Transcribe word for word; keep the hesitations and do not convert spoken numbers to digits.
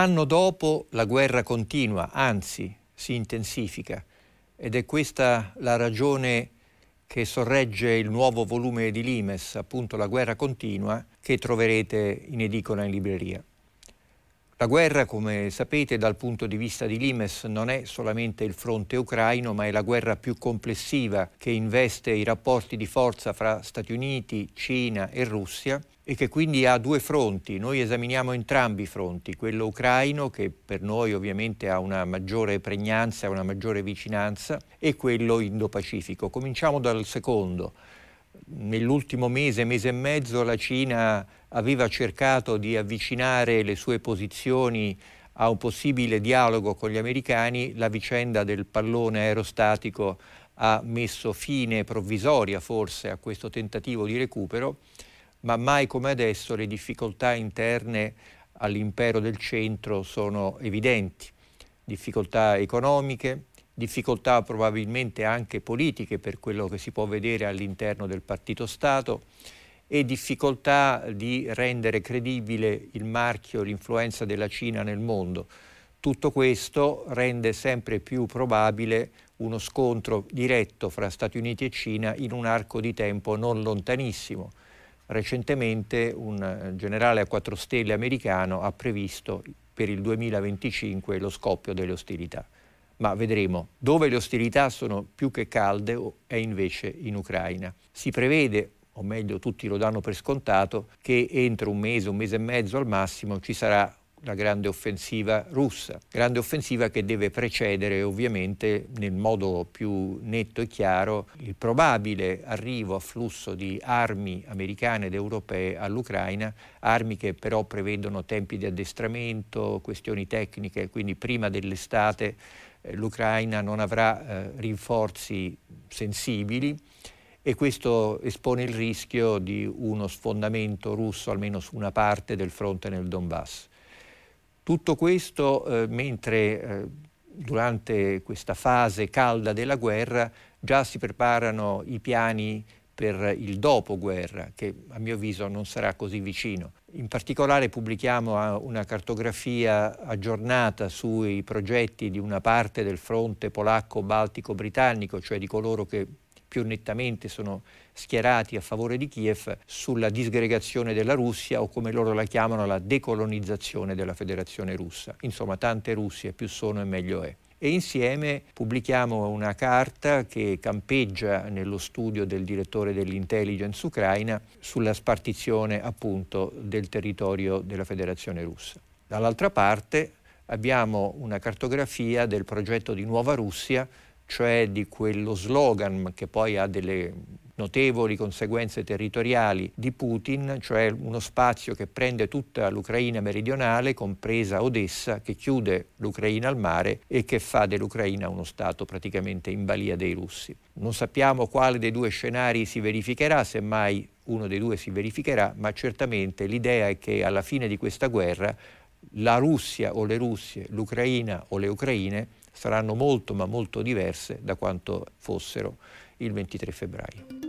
anno dopo la guerra continua, anzi si intensifica, ed è questa la ragione che sorregge il nuovo volume di Limes, appunto La guerra continua, che troverete in edicola in libreria. La guerra, come sapete, dal punto di vista di Limes non è solamente il fronte ucraino, ma è la guerra più complessiva che investe i rapporti di forza fra Stati Uniti, Cina e Russia e che quindi ha due fronti. Noi esaminiamo entrambi i fronti, quello ucraino, che per noi ovviamente ha una maggiore pregnanza, una maggiore vicinanza, e quello Indo-Pacifico. Cominciamo dal secondo. Nell'ultimo mese, mese e mezzo, la Cina aveva cercato di avvicinare le sue posizioni a un possibile dialogo con gli americani. La vicenda del pallone aerostatico ha messo fine provvisoria forse a questo tentativo di recupero, ma mai come adesso le difficoltà interne all'impero del centro sono evidenti. Difficoltà economiche, difficoltà probabilmente anche politiche per quello che si può vedere all'interno del partito Stato e difficoltà di rendere credibile il marchio, l'influenza della Cina nel mondo. Tutto questo rende sempre più probabile uno scontro diretto fra Stati Uniti e Cina in un arco di tempo non lontanissimo. Recentemente un generale a quattro stelle americano ha previsto per il duemilaventicinque lo scoppio delle ostilità. Ma vedremo. Dove le ostilità sono più che calde è invece in Ucraina. Si prevede, o meglio tutti lo danno per scontato, che entro un mese, un mese e mezzo al massimo ci sarà la grande offensiva russa. Grande offensiva che deve precedere ovviamente nel modo più netto e chiaro il probabile arrivo a flusso di armi americane ed europee all'Ucraina, armi che però prevedono tempi di addestramento, questioni tecniche, quindi prima dell'estate eh, l'Ucraina non avrà eh, rinforzi sensibili e questo espone il rischio di uno sfondamento russo almeno su una parte del fronte nel Donbass. Tutto questo eh, mentre eh, durante questa fase calda della guerra già si preparano i piani per il dopoguerra, che a mio avviso non sarà così vicino. In particolare pubblichiamo una cartografia aggiornata sui progetti di una parte del fronte polacco-baltico-britannico, cioè di coloro che più nettamente sono schierati a favore di Kiev, sulla disgregazione della Russia o come loro la chiamano la decolonizzazione della Federazione Russa. Insomma, tante Russie, più sono e meglio è. E insieme pubblichiamo una carta che campeggia nello studio del direttore dell'intelligence ucraina sulla spartizione appunto del territorio della Federazione Russa. Dall'altra parte abbiamo una cartografia del progetto di Nuova Russia, cioè di quello slogan che poi ha delle notevoli conseguenze territoriali di Putin, cioè uno spazio che prende tutta l'Ucraina meridionale, compresa Odessa, che chiude l'Ucraina al mare e che fa dell'Ucraina uno stato praticamente in balia dei russi. Non sappiamo quale dei due scenari si verificherà, semmai uno dei due si verificherà, ma certamente l'idea è che alla fine di questa guerra la Russia o le Russie, l'Ucraina o le Ucraine saranno molto ma molto diverse da quanto fossero il ventitré febbraio.